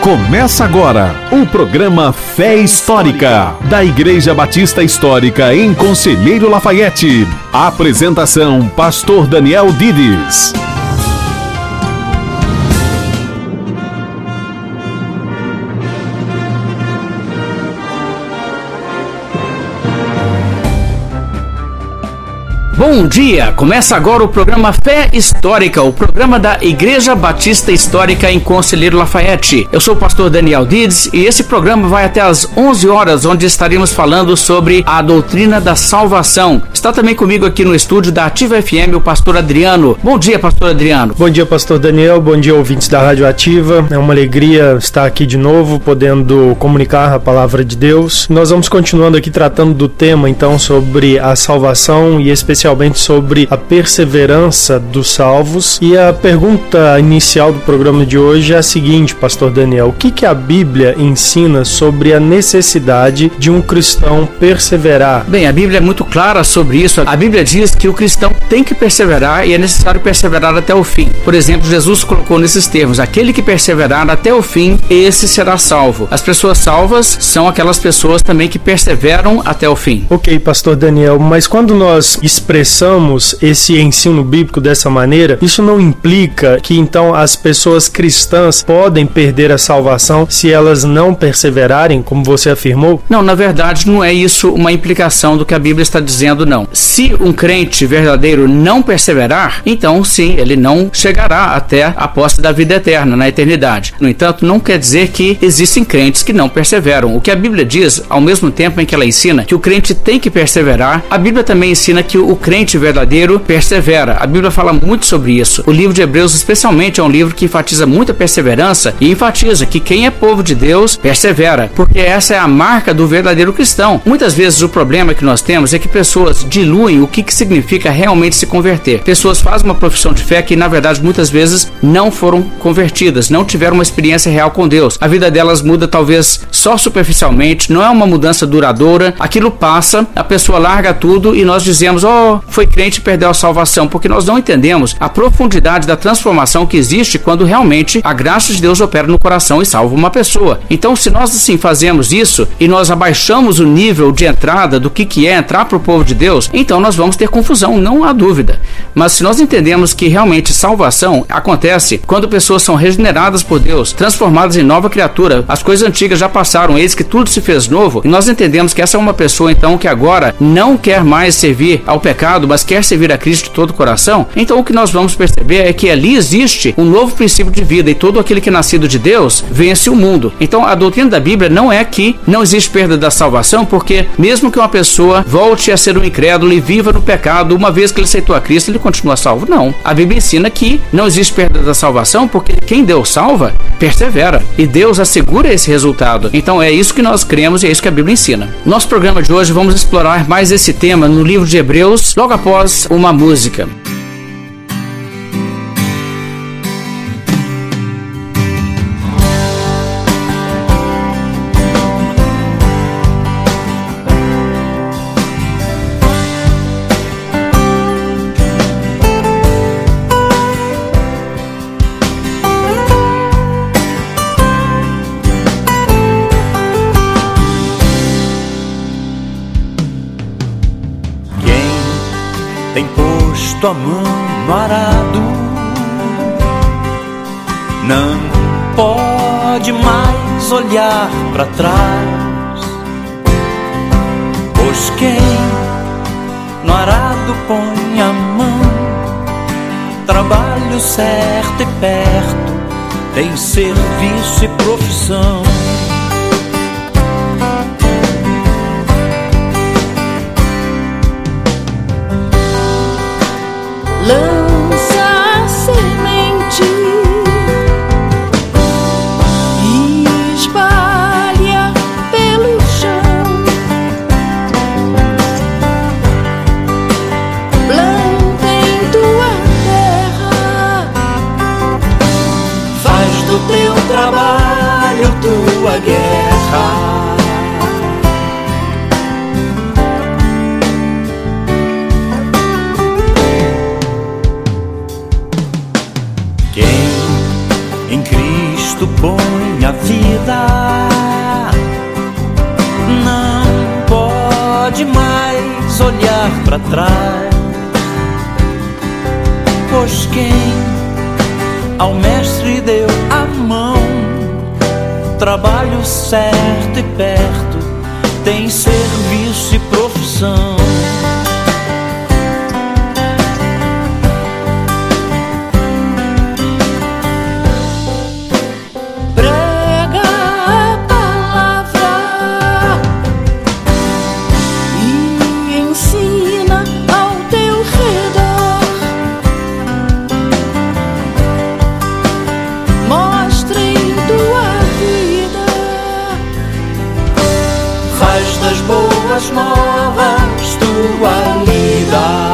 Começa agora o programa Fé Histórica, da Igreja Batista Histórica em Conselheiro Lafaiete. Apresentação, Pastor Daniel Dides. Bom dia! Começa agora o programa Fé Histórica, o programa da Igreja Batista Histórica em Conselheiro Lafaiete. Eu sou o pastor Daniel Dides e esse programa vai até às 11 horas, onde estaremos falando sobre a doutrina da salvação. Está também comigo aqui no estúdio da Ativa FM o pastor Adriano. Bom dia, pastor Adriano. Bom dia, pastor Daniel. Bom dia, ouvintes da Rádio Ativa. É uma alegria estar aqui de novo, podendo comunicar a palavra de Deus. Nós vamos continuando aqui tratando do tema, então, sobre a salvação e especialmente sobre a perseverança dos salvos. E a pergunta inicial do programa de hoje é a seguinte, pastor Daniel: o que a Bíblia ensina sobre a necessidade de um cristão perseverar? Bem, a Bíblia é muito clara sobre isso. A Bíblia diz que o cristão tem que perseverar e é necessário perseverar até o fim. Por exemplo, Jesus colocou nesses termos: aquele que perseverar até o fim, esse será salvo. As pessoas salvas são aquelas pessoas também que perseveram até o fim. Ok, pastor Daniel, mas quando nós expressamos esse ensino bíblico dessa maneira, isso não implica que então as pessoas cristãs podem perder a salvação se elas não perseverarem, como você afirmou? Não, na verdade não é isso uma implicação do que a Bíblia está dizendo, não. Se um crente verdadeiro não perseverar, então sim, ele não chegará até a posse da vida eterna, na eternidade. No entanto, não quer dizer que existem crentes que não perseveram. O que a Bíblia diz, ao mesmo tempo em que ela ensina que o crente tem que perseverar, a Bíblia também ensina que o crente verdadeiro persevera. A Bíblia fala muito sobre isso. O livro de Hebreus, especialmente, é um livro que enfatiza muito a perseverança e enfatiza que quem é povo de Deus persevera, porque essa é a marca do verdadeiro cristão. Muitas vezes o problema que nós temos é que pessoas diluem o que significa realmente se converter. Pessoas fazem uma profissão de fé que, na verdade, muitas vezes não foram convertidas, não tiveram uma experiência real com Deus. A vida delas muda talvez só superficialmente, não é uma mudança duradoura, aquilo passa, a pessoa larga tudo e nós dizemos: foi crente e perdeu a salvação, porque nós não entendemos a profundidade da transformação que existe quando realmente a graça de Deus opera no coração e salva uma pessoa. Então, se nós assim fazemos isso e nós abaixamos o nível de entrada do que é entrar para o povo de Deus, então nós vamos ter confusão, não há dúvida. Mas se nós entendemos que realmente salvação acontece quando pessoas são regeneradas por Deus, transformadas em nova criatura, as coisas antigas já passaram, eis que tudo se fez novo, e nós entendemos que essa é uma pessoa então que agora não quer mais servir ao pecado, mas quer servir a Cristo de todo o coração, então o que nós vamos perceber é que ali existe um novo princípio de vida e todo aquele que é nascido de Deus vence o mundo. Então a doutrina da Bíblia não é que não existe perda da salvação, porque mesmo que uma pessoa volte a ser um incrédulo e viva no pecado, uma vez que ele aceitou a Cristo, ele continua salvo. Não. A Bíblia ensina que não existe perda da salvação, porque quem Deus salva, persevera. E Deus assegura esse resultado. Então é isso que nós cremos e é isso que a Bíblia ensina. Nosso programa de hoje vamos explorar mais esse tema no livro de Hebreus, logo após uma música. Tem posto a mão no arado, não pode mais olhar para trás, pois quem no arado põe a mão, trabalho certo e perto, tem serviço e profissão. Lança a semente e espalha pelo chão, planta em tua terra, faz do teu trabalho tua guerra. Quem em Cristo põe a vida. Não pode mais olhar para trás, pois quem ao mestre deu a mão, trabalho certo e perto, tem serviço e profissão. Boas novas, tua lida.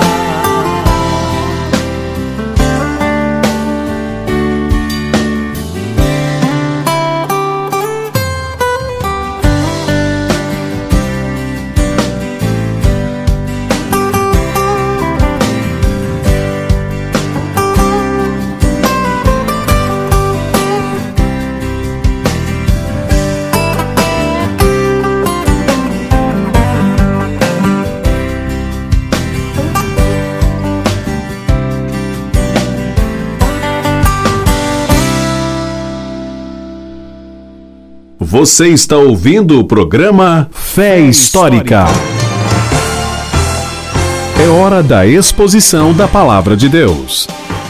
Você está ouvindo o programa Fé Histórica. É hora da exposição da Palavra de Deus.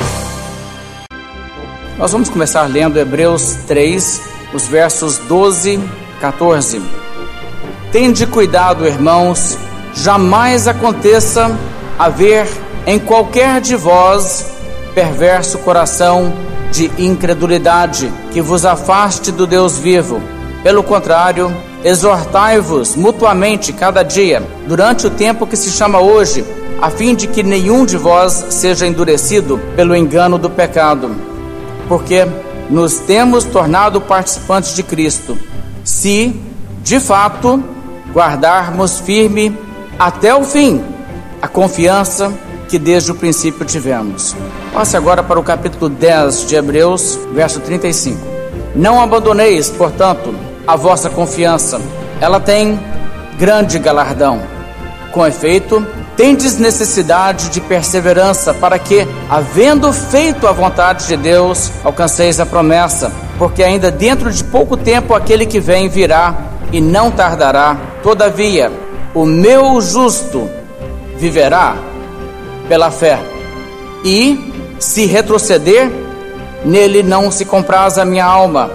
Nós vamos começar lendo Hebreus 3, os versos 12 e 14. Tende cuidado, irmãos, jamais aconteça haver em qualquer de vós perverso coração de incredulidade que vos afaste do Deus vivo. Pelo contrário, exortai-vos mutuamente cada dia, durante o tempo que se chama hoje, a fim de que nenhum de vós seja endurecido pelo engano do pecado. Porque nos temos tornado participantes de Cristo, se, de fato, guardarmos firme até o fim a confiança que desde o princípio tivemos. Passe agora para o capítulo 10 de Hebreus, verso 35. Não abandoneis, portanto, a vossa confiança, ela tem grande galardão. Com efeito, tendes necessidade de perseverança, para que, havendo feito a vontade de Deus, alcanceis a promessa, porque ainda dentro de pouco tempo aquele que vem virá e não tardará. Todavia, o meu justo viverá pela fé, e, se retroceder, nele não se compraz a minha alma.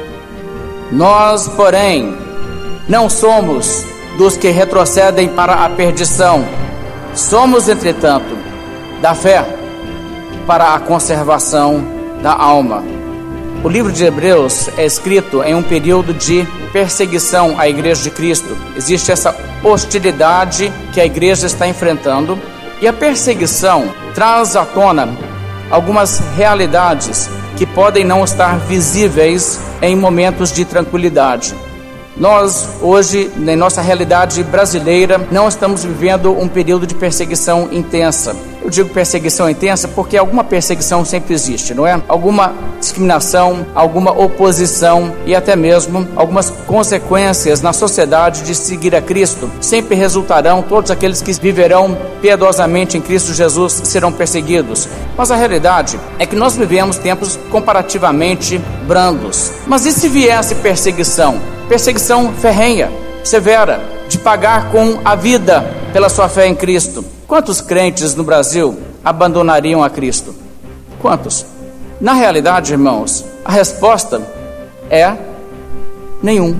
Nós, porém, não somos dos que retrocedem para a perdição. Somos, entretanto, da fé para a conservação da alma. O livro de Hebreus é escrito em um período de perseguição à Igreja de Cristo. Existe essa hostilidade que a Igreja está enfrentando, e a perseguição traz à tona algumas realidades que podem não estar visíveis em momentos de tranquilidade. Nós, hoje, na nossa realidade brasileira, não estamos vivendo um período de perseguição intensa. Eu digo perseguição intensa porque alguma perseguição sempre existe, não é? Alguma discriminação, alguma oposição e até mesmo algumas consequências na sociedade de seguir a Cristo sempre resultarão. Todos aqueles que viverão piedosamente em Cristo Jesus serão perseguidos. Mas a realidade é que nós vivemos tempos comparativamente brandos. Mas e se viesse perseguição? Perseguição ferrenha, severa, de pagar com a vida pela sua fé em Cristo. Quantos crentes no Brasil abandonariam a Cristo? Quantos? Na realidade, irmãos, a resposta é nenhum.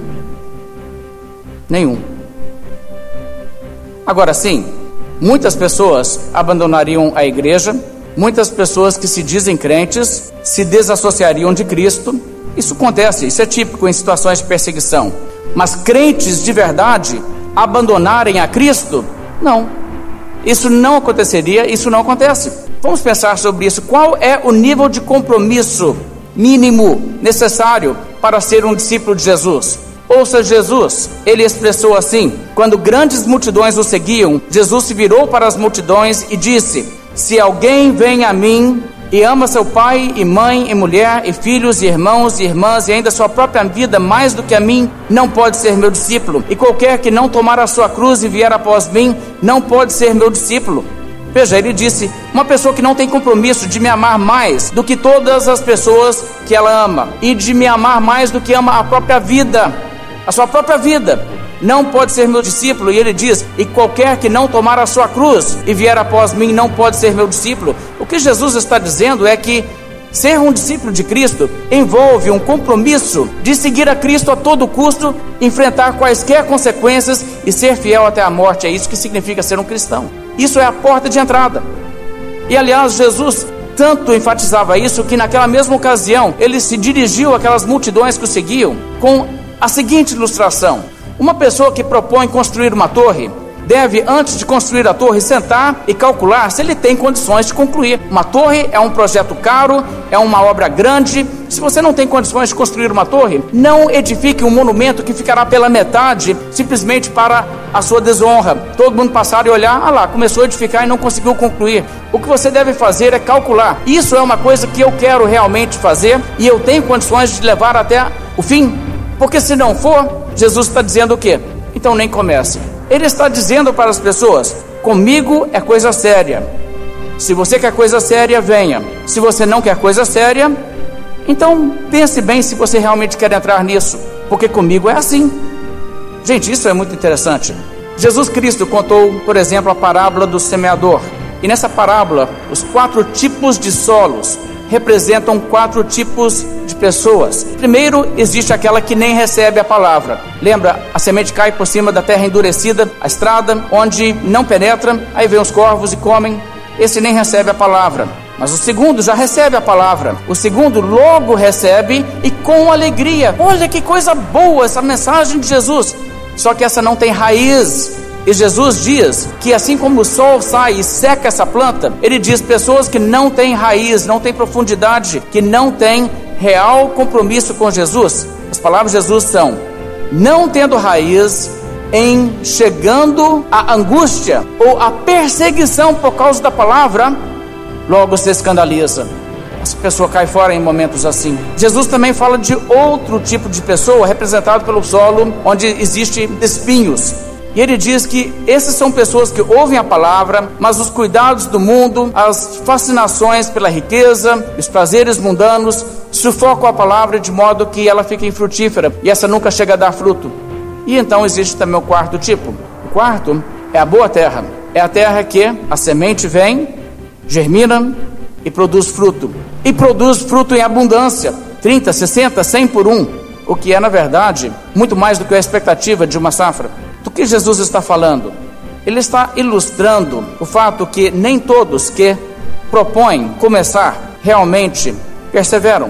Nenhum. Agora sim, muitas pessoas abandonariam a igreja, muitas pessoas que se dizem crentes se desassociariam de Cristo. Isso acontece, isso é típico em situações de perseguição. Mas crentes de verdade abandonarem a Cristo? Não. Isso não aconteceria, isso não acontece. Vamos pensar sobre isso. Qual é o nível de compromisso mínimo necessário para ser um discípulo de Jesus? Ouça Jesus, ele expressou assim: quando grandes multidões o seguiam, Jesus se virou para as multidões e disse: se alguém vem a mim e ama seu pai e mãe e mulher e filhos e irmãos e irmãs e ainda sua própria vida mais do que a mim, não pode ser meu discípulo. E qualquer que não tomar a sua cruz e vier após mim, não pode ser meu discípulo. Veja, ele disse, uma pessoa que não tem compromisso de me amar mais do que todas as pessoas que ela ama, e de me amar mais do que ama a própria vida, a sua própria vida, não pode ser meu discípulo. E ele diz, e qualquer que não tomar a sua cruz e vier após mim, não pode ser meu discípulo. O que Jesus está dizendo é que ser um discípulo de Cristo envolve um compromisso de seguir a Cristo a todo custo, enfrentar quaisquer consequências e ser fiel até a morte. É isso que significa ser um cristão. Isso é a porta de entrada. E aliás, Jesus tanto enfatizava isso que naquela mesma ocasião ele se dirigiu àquelas multidões que o seguiam com a seguinte ilustração: uma pessoa que propõe construir uma torre deve, antes de construir a torre, sentar e calcular se ele tem condições de concluir. Uma torre é um projeto caro, é uma obra grande. Se você não tem condições de construir uma torre, não edifique um monumento que ficará pela metade, simplesmente para a sua desonra. Todo mundo passar e olhar, ah lá, começou a edificar e não conseguiu concluir. O que você deve fazer é calcular. Isso é uma coisa que eu quero realmente fazer e eu tenho condições de levar até o fim? Porque se não for, Jesus está dizendo o quê? Então nem comece. Ele está dizendo para as pessoas, comigo é coisa séria. Se você quer coisa séria, venha. Se você não quer coisa séria, então pense bem se você realmente quer entrar nisso, porque comigo é assim. Gente, isso é muito interessante. Jesus Cristo contou, por exemplo, a parábola do semeador. E nessa parábola, os 4 tipos de solos representam 4 tipos de pessoas. Primeiro, existe aquela que nem recebe a palavra. Lembra? A semente cai por cima da terra endurecida, a estrada, onde não penetra, aí vem os corvos e comem. Esse nem recebe a palavra. Mas o segundo já recebe a palavra. O segundo logo recebe e com alegria. Olha que coisa boa essa mensagem de Jesus. Só que essa não tem raiz. E Jesus diz que assim como o sol sai e seca essa planta, ele diz pessoas que não têm raiz, não têm profundidade, que não têm real compromisso com Jesus. As palavras de Jesus são: não tendo raiz, em chegando a angústia ou a perseguição por causa da palavra, logo se escandaliza. Essa pessoa cai fora em momentos assim. Jesus também fala de outro tipo de pessoa representado pelo solo, onde existem espinhos. E ele diz que esses são pessoas que ouvem a palavra, mas os cuidados do mundo, as fascinações pela riqueza, os prazeres mundanos, sufocam a palavra de modo que ela fica infrutífera e essa nunca chega a dar fruto. E então existe também o quarto tipo. O quarto é a boa terra. É a terra que a semente vem, germina e produz fruto. E produz fruto em abundância, 30, 60, 100 por 1, o que é, na verdade, muito mais do que a expectativa de uma safra. Do que Jesus está falando? Ele está ilustrando o fato que nem todos que propõem começar realmente perseveram.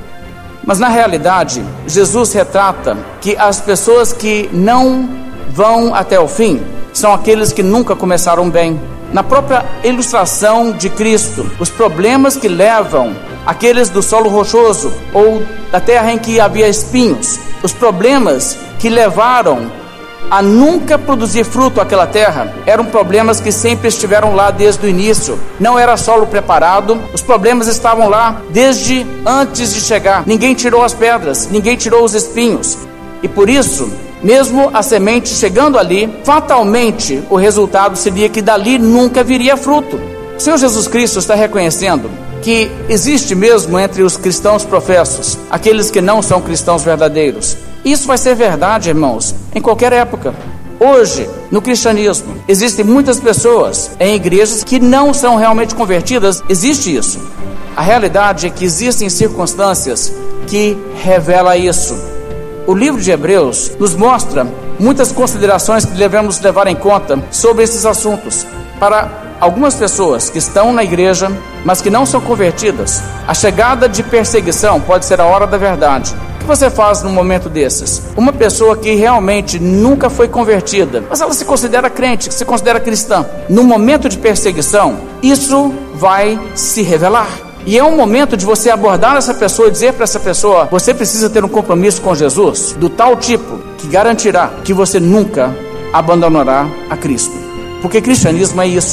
Mas na realidade, Jesus retrata que as pessoas que não vão até o fim são aqueles que nunca começaram bem. Na própria ilustração de Cristo, os problemas que levam aqueles do solo rochoso ou da terra em que havia espinhos, os problemas que levaram a nunca produzir fruto aquela terra, eram problemas que sempre estiveram lá desde o início. Não era solo preparado, os problemas estavam lá desde antes de chegar. Ninguém tirou as pedras, ninguém tirou os espinhos. E por isso, mesmo a semente chegando ali, fatalmente o resultado seria que dali nunca viria fruto. O Senhor Jesus Cristo está reconhecendo que existe mesmo entre os cristãos professos aqueles que não são cristãos verdadeiros. Isso vai ser verdade, irmãos, em qualquer época. Hoje, no cristianismo, existem muitas pessoas em igrejas que não são realmente convertidas. Existe isso. A realidade é que existem circunstâncias que revelam isso. O livro de Hebreus nos mostra muitas considerações que devemos levar em conta sobre esses assuntos. Para algumas pessoas que estão na igreja, mas que não são convertidas, a chegada de perseguição pode ser a hora da verdade. O que você faz num momento desses? Uma pessoa que realmente nunca foi convertida, mas ela se considera crente, se considera cristã, no momento de perseguição, isso vai se revelar. E é um momento de você abordar essa pessoa e dizer para essa pessoa: você precisa ter um compromisso com Jesus, do tal tipo, que garantirá que você nunca abandonará a Cristo. Porque cristianismo é isso.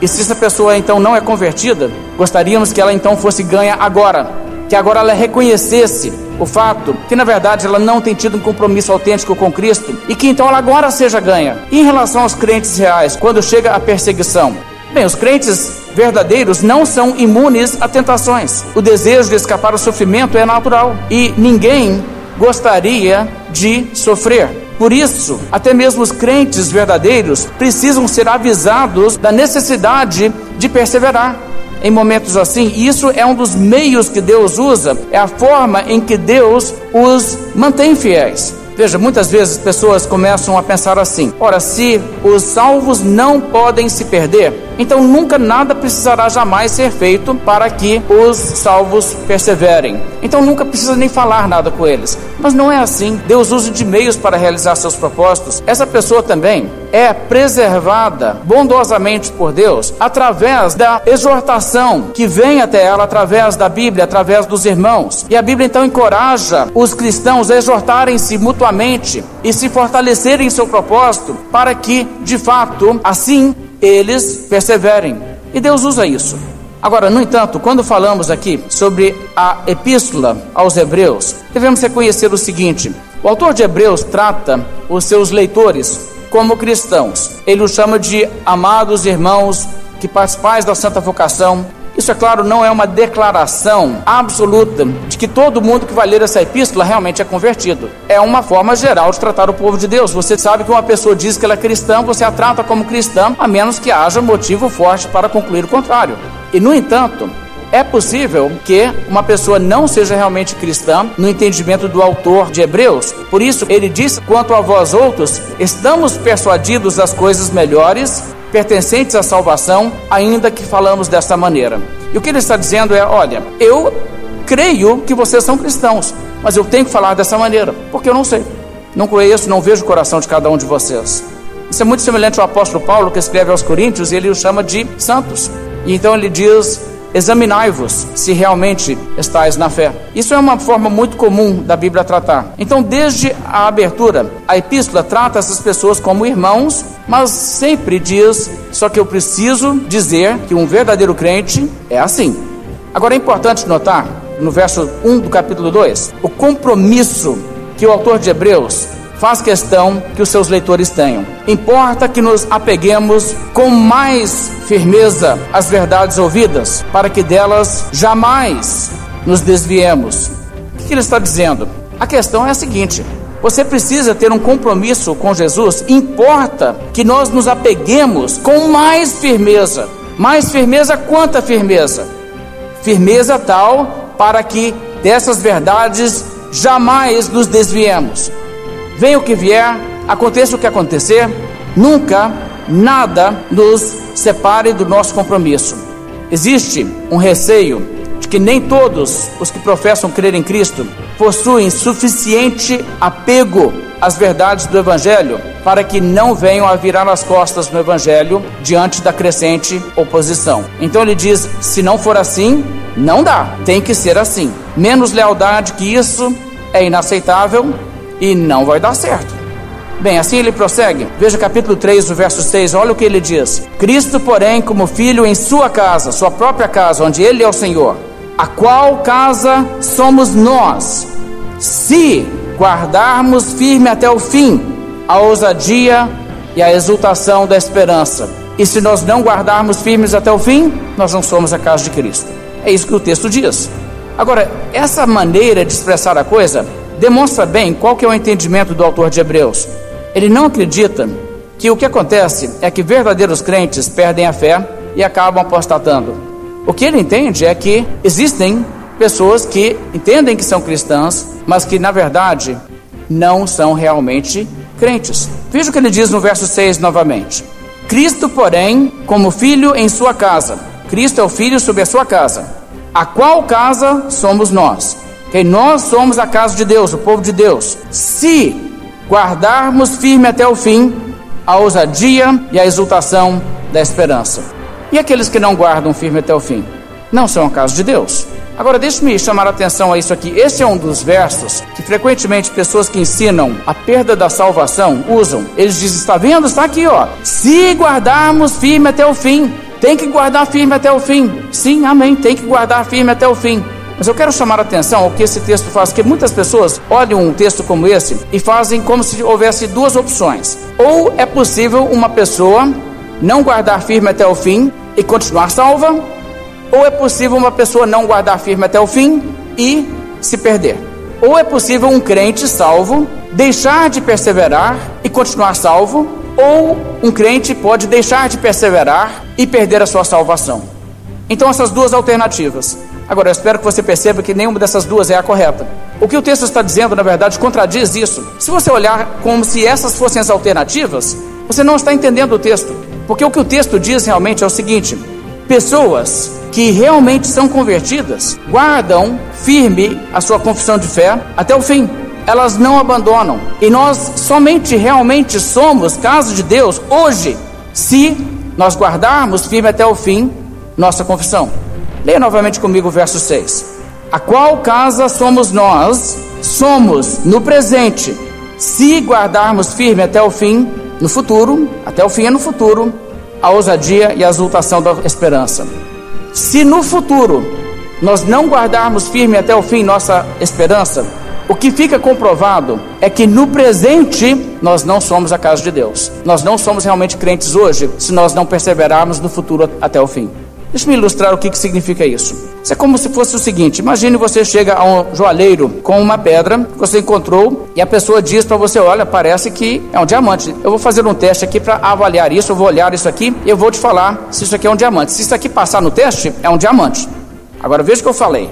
E se essa pessoa então não é convertida, gostaríamos que ela então fosse ganha agora, que agora ela reconhecesse o fato que na verdade ela não tem tido um compromisso autêntico com Cristo e que então ela agora seja ganha. E em relação aos crentes reais, quando chega a perseguição, bem, os crentes verdadeiros não são imunes a tentações. O desejo de escapar do sofrimento é natural e ninguém gostaria de sofrer. Por isso, até mesmo os crentes verdadeiros precisam ser avisados da necessidade de perseverar em momentos assim. E isso é um dos meios que Deus usa, é a forma em que Deus os mantém fiéis. Veja, muitas vezes as pessoas começam a pensar assim: ora, se os salvos não podem se perder, então nunca nada precisará jamais ser feito para que os salvos perseverem. Então nunca precisa nem falar nada com eles. Mas não é assim. Deus usa de meios para realizar seus propósitos. Essa pessoa também é preservada bondosamente por Deus através da exortação que vem até ela através da Bíblia, através dos irmãos. E a Bíblia então encoraja os cristãos a exortarem-se mutuamente e se fortalecerem em seu propósito para que, de fato, assim eles perseverem. E Deus usa isso. Agora, no entanto, quando falamos aqui sobre a epístola aos Hebreus, devemos reconhecer o seguinte: o autor de Hebreus trata os seus leitores como cristãos. Ele os chama de amados irmãos que participais da santa vocação. Isso, é claro, não é uma declaração absoluta de que todo mundo que vai ler essa epístola realmente é convertido. É uma forma geral de tratar o povo de Deus. Você sabe que uma pessoa diz que ela é cristã, você a trata como cristã, a menos que haja motivo forte para concluir o contrário. E, no entanto, é possível que uma pessoa não seja realmente cristã no entendimento do autor de Hebreus. Por isso, ele diz: quanto a vós outros, estamos persuadidos das coisas melhores, pertencentes à salvação, ainda que falamos desta maneira. E o que ele está dizendo é: olha, eu creio que vocês são cristãos, mas eu tenho que falar dessa maneira, porque eu não sei, não conheço, não vejo o coração de cada um de vocês. Isso é muito semelhante ao apóstolo Paulo, que escreve aos Coríntios, e ele os chama de santos. E então ele diz: examinai-vos se realmente estáis na fé. Isso é uma forma muito comum da Bíblia tratar. Então, desde a abertura, a epístola trata essas pessoas como irmãos, mas sempre diz: só que eu preciso dizer que um verdadeiro crente é assim. Agora, é importante notar, no verso 1 do capítulo 2, o compromisso que o autor de Hebreus faz questão que os seus leitores tenham. Importa que nos apeguemos com mais firmeza às verdades ouvidas, para que delas jamais nos desviemos. O que ele está dizendo? A questão é a seguinte: você precisa ter um compromisso com Jesus. Importa que nós nos apeguemos com mais firmeza. Mais firmeza, quanta firmeza? Firmeza tal para que dessas verdades jamais nos desviemos. Venha o que vier, aconteça o que acontecer, nunca nada nos separe do nosso compromisso. Existe um receio de que nem todos os que professam crer em Cristo possuem suficiente apego às verdades do Evangelho para que não venham a virar as costas no Evangelho diante da crescente oposição. Então ele diz: se não for assim, não dá, tem que ser assim. Menos lealdade que isso é inaceitável e não vai dar certo. Bem, assim ele prossegue. Veja capítulo 3, o verso 6, olha o que ele diz: Cristo, porém, como filho em sua casa, sua própria casa, onde ele é o Senhor, a qual casa somos nós, se guardarmos firme até o fim a ousadia e a exultação da esperança. E se nós não guardarmos firmes até o fim, nós não somos a casa de Cristo. É isso que o texto diz. Agora, essa maneira de expressar a coisa demonstra bem qual que é o entendimento do autor de Hebreus. Ele não acredita que o que acontece é que verdadeiros crentes perdem a fé e acabam apostatando. O que ele entende é que existem pessoas que entendem que são cristãs, mas que na verdade não são realmente crentes. Veja o que ele diz no verso 6 novamente: Cristo, porém, como filho em sua casa. Cristo é o filho sobre a sua casa. A qual casa somos nós? Que nós somos a casa de Deus, o povo de Deus, se guardarmos firme até o fim a ousadia e a exultação da esperança. E aqueles que não guardam firme até o fim? Não são a casa de Deus. Agora, deixe-me chamar a atenção a isso aqui. Esse é um dos versos que frequentemente pessoas que ensinam a perda da salvação usam. Eles dizem: está vendo? Está aqui, ó. Se guardarmos firme até o fim. tem que guardar firme até o fim. Sim, amém, tem que guardar firme até o fim. Mas eu quero chamar a atenção ao que esse texto faz, porque muitas pessoas olham um texto como esse e fazem como se houvesse duas opções. Ou é possível uma pessoa não guardar firme até o fim e continuar salva, ou é possível uma pessoa não guardar firme até o fim e se perder. Ou é possível um crente salvo deixar de perseverar e continuar salvo, ou um crente pode deixar de perseverar e perder a sua salvação. Então essas duas alternativas. Agora eu espero que você perceba que nenhuma dessas duas é a correta. O que o texto está dizendo, na verdade, contradiz isso. Se você olhar como se essas fossem as alternativas, você não está entendendo o texto. Porque o que o texto diz realmente é o seguinte: pessoas que realmente são convertidas guardam firme a sua confissão de fé até o fim. Elas não abandonam. E nós somente realmente somos casa de Deus hoje se nós guardarmos firme até o fim nossa confissão. Leia novamente comigo o verso 6. A qual casa somos nós? Somos no presente, se guardarmos firme até o fim no futuro, até o fim é no futuro, a ousadia e a exultação da esperança. Se no futuro nós não guardarmos firme até o fim nossa esperança, o que fica comprovado é que no presente nós não somos a casa de Deus. Nós não somos realmente crentes hoje se nós não perseverarmos no futuro até o fim. Deixa-me ilustrar o que significa isso. Isso é como se fosse o seguinte: imagine você chega a um joalheiro com uma pedra que você encontrou e a pessoa diz para você: olha, parece que é um diamante. Eu vou fazer um teste aqui para avaliar isso, eu vou olhar isso aqui e eu vou te falar se isso aqui é um diamante. Se isso aqui passar no teste, é um diamante. Agora veja o que eu falei: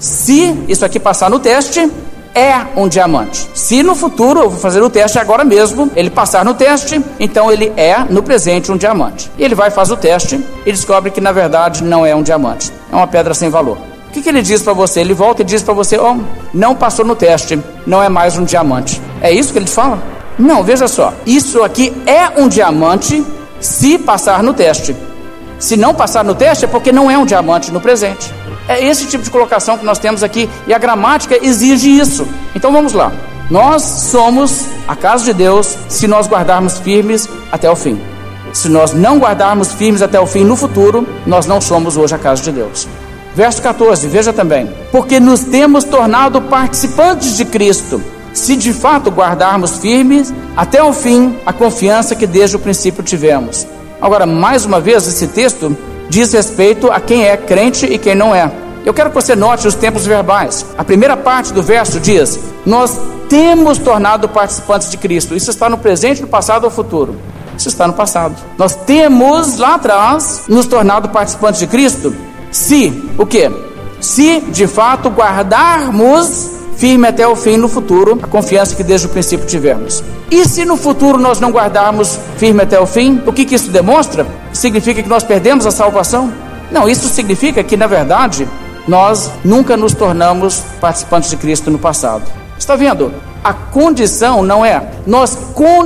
se isso aqui passar no teste, é um diamante. Se no futuro, eu vou fazer o teste agora mesmo, ele passar no teste, então ele é no presente um diamante. E ele vai fazer o teste e descobre que na verdade não é um diamante, é uma pedra sem valor. O que ele diz para você? Ele volta e diz para você: oh, não passou no teste, não é mais um diamante. É isso que ele fala? Não, veja só, isso aqui é um diamante se passar no teste. Se não passar no teste é porque não é um diamante no presente. É esse tipo de colocação que nós temos aqui, e a gramática exige isso. Então vamos lá. Nós somos a casa de Deus se nós guardarmos firmes até o fim. Se nós não guardarmos firmes até o fim no futuro, nós não somos hoje a casa de Deus. Verso 14, veja também: porque nos temos tornado participantes de Cristo, se de fato guardarmos firmes até o fim a confiança que desde o princípio tivemos. Agora, mais uma vez, esse texto diz respeito a quem é crente e quem não é. Eu quero que você note os tempos verbais. A primeira parte do verso diz: nós temos tornado participantes de Cristo. Isso está no presente, no passado ou futuro? Isso está no passado. Nós temos lá atrás nos tornado participantes de Cristo se, o quê? Se de fato guardarmos firme até o fim no futuro a confiança que desde o princípio tivemos. E se no futuro nós não guardarmos firme até o fim, o que isso demonstra? Significa que nós perdemos a salvação? Não, isso significa que na verdade nós nunca nos tornamos participantes de Cristo no passado. Está vendo? A condição não é: nós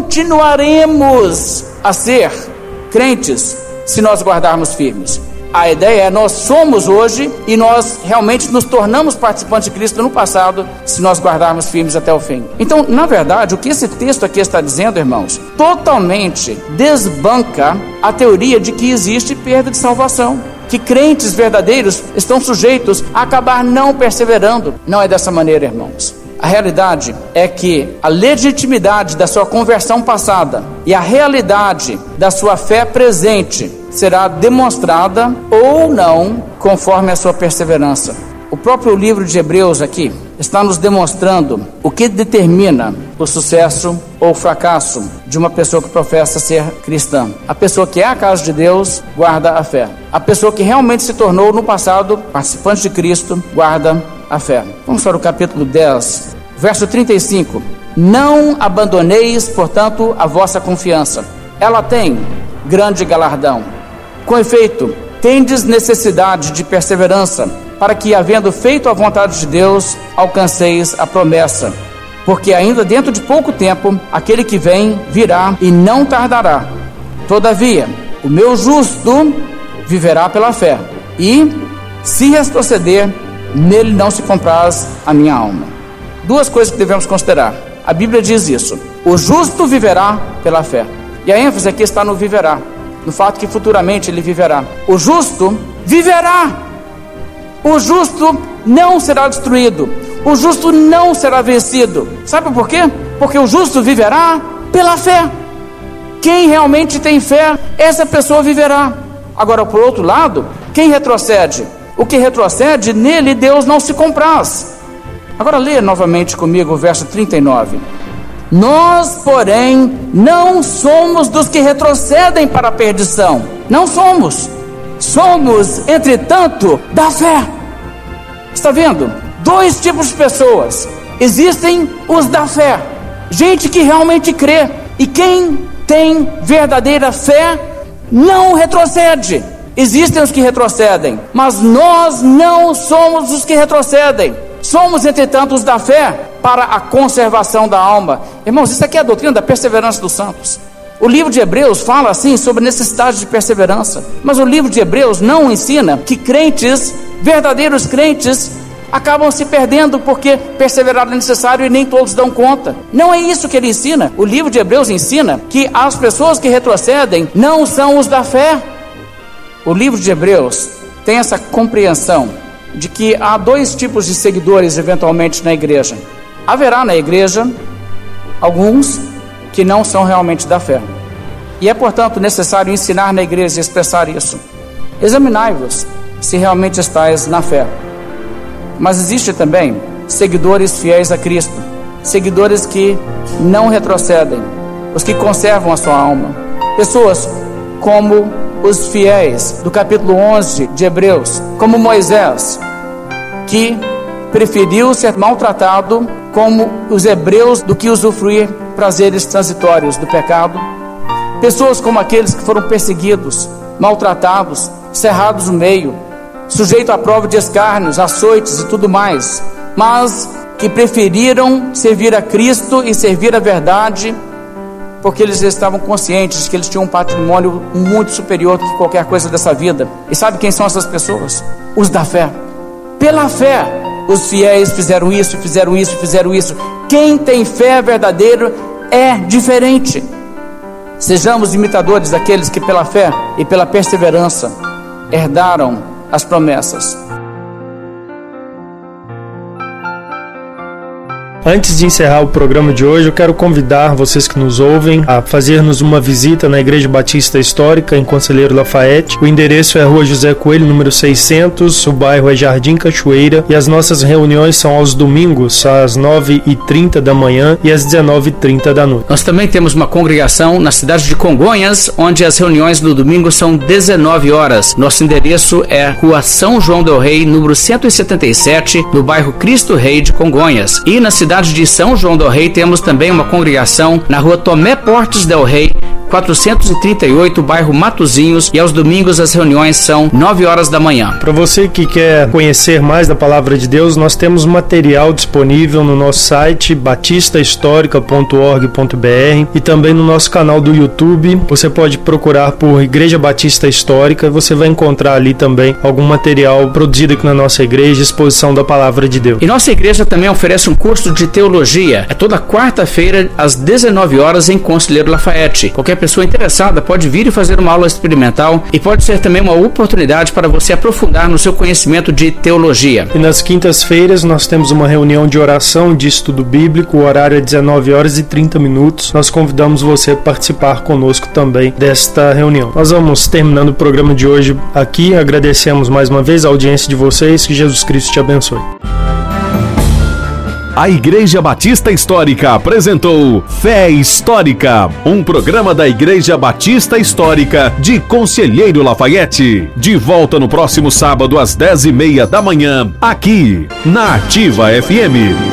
continuaremos a ser crentes se nós guardarmos firmes. A ideia é: nós somos hoje e nós realmente nos tornamos participantes de Cristo no passado se nós guardarmos firmes até o fim. Então, na verdade, o que esse texto aqui está dizendo, irmãos, totalmente desbanca a teoria de que existe perda de salvação, que crentes verdadeiros estão sujeitos a acabar não perseverando. Não é dessa maneira, irmãos. A realidade é que a legitimidade da sua conversão passada e a realidade da sua fé presente será demonstrada ou não conforme a sua perseverança. O próprio livro de Hebreus aqui está nos demonstrando o que determina o sucesso ou o fracasso de uma pessoa que professa ser cristã. A pessoa que é a casa de Deus guarda a fé. A pessoa que realmente se tornou no passado participante de Cristo guarda a fé. Vamos para o capítulo 10, verso 35. Não abandoneis, portanto, a vossa confiança. Ela tem grande galardão. Com efeito, tendes necessidade de perseverança, para que, havendo feito a vontade de Deus, alcanceis a promessa. Porque ainda dentro de pouco tempo, aquele que vem virá e não tardará. Todavia, o meu justo viverá pela fé, e, se retroceder, nele não se compraz a minha alma. Duas coisas que devemos considerar. A Bíblia diz isso: o justo viverá pela fé. E a ênfase aqui está no viverá. no fato que futuramente ele viverá. O justo viverá. O justo não será destruído. O justo não será vencido. Sabe por quê? Porque o justo viverá pela fé. Quem realmente tem fé, essa pessoa viverá. Agora, por outro lado, quem retrocede? O que retrocede, nele Deus não se compraz. Agora leia novamente comigo o verso 39. Nós, porém, não somos dos que retrocedem para a perdição. Não somos. Somos, entretanto, da fé. Está vendo? Dois tipos de pessoas. Existem os da fé. Gente que realmente crê. E quem tem verdadeira fé não retrocede. Existem os que retrocedem, mas nós não somos os que retrocedem. Somos, entretanto, os da fé para a conservação da alma. Irmãos, isso aqui é a doutrina da perseverança dos santos. O livro de Hebreus fala assim sobre a necessidade de perseverança, mas o livro de Hebreus não ensina que crentes, verdadeiros crentes, acabam se perdendo porque perseverar é necessário e nem todos dão conta. Não é isso que ele ensina. O livro de Hebreus ensina que as pessoas que retrocedem não são os da fé. O livro de Hebreus tem essa compreensão de que há dois tipos de seguidores eventualmente na igreja. Haverá na igreja alguns que não são realmente da fé. E é, portanto, necessário ensinar na igreja e expressar isso. Examinai-vos se realmente estáis na fé. Mas existe também seguidores fiéis a Cristo, seguidores que não retrocedem, os que conservam a sua alma. Pessoas como os fiéis do capítulo 11 de Hebreus, como Moisés, que preferiu ser maltratado como os hebreus do que usufruir prazeres transitórios do pecado. Pessoas como aqueles que foram perseguidos, maltratados, cerrados no meio, sujeitos à prova de escárnios, açoites e tudo mais, mas que preferiram servir a Cristo e servir a verdade, porque eles estavam conscientes de que eles tinham um patrimônio muito superior do que qualquer coisa dessa vida. E sabe quem são essas pessoas? Os da fé. Pela fé, os fiéis fizeram isso, fizeram isso, fizeram isso. Quem tem fé verdadeira é diferente. Sejamos imitadores daqueles que pela fé e pela perseverança herdaram as promessas. Antes de encerrar o programa de hoje, eu quero convidar vocês que nos ouvem a fazer-nos uma visita na Igreja Batista Histórica, em Conselheiro Lafayette. O endereço é Rua José Coelho, número 600, o bairro é Jardim Cachoeira, e as nossas reuniões são aos domingos, às 9h30 da manhã e às 19h30 da noite. Nós também temos uma congregação na cidade de Congonhas, onde as reuniões no domingo são 19 horas. Nosso endereço é Rua São João del Rei, número 177, no bairro Cristo Rei de Congonhas. E na cidade de São João del Rei temos também uma congregação na Rua Tomé Portes del Rei, 438, bairro Matozinhos, e aos domingos as reuniões são 9 horas da manhã. Para você que quer conhecer mais da Palavra de Deus, nós temos material disponível no nosso site batistahistórica.org.br e também no nosso canal do YouTube. Você pode procurar por Igreja Batista Histórica e você vai encontrar ali também algum material produzido aqui na nossa igreja, exposição da Palavra de Deus. E nossa igreja também oferece um curso de teologia. É toda quarta-feira às 19 horas em Conselheiro Lafayette. Qualquer pessoa interessada pode vir e fazer uma aula experimental e pode ser também uma oportunidade para você aprofundar no seu conhecimento de teologia. E nas quintas-feiras nós temos uma reunião de oração de estudo bíblico, o horário é 19h30. Nós convidamos você a participar conosco também desta reunião. Nós vamos terminando o programa de hoje aqui, agradecemos mais uma vez a audiência de vocês, que Jesus Cristo te abençoe. A Igreja Batista Histórica apresentou Fé Histórica, um programa da Igreja Batista Histórica de Conselheiro Lafayette. De volta no próximo sábado às 10h30 da manhã, aqui na Ativa FM.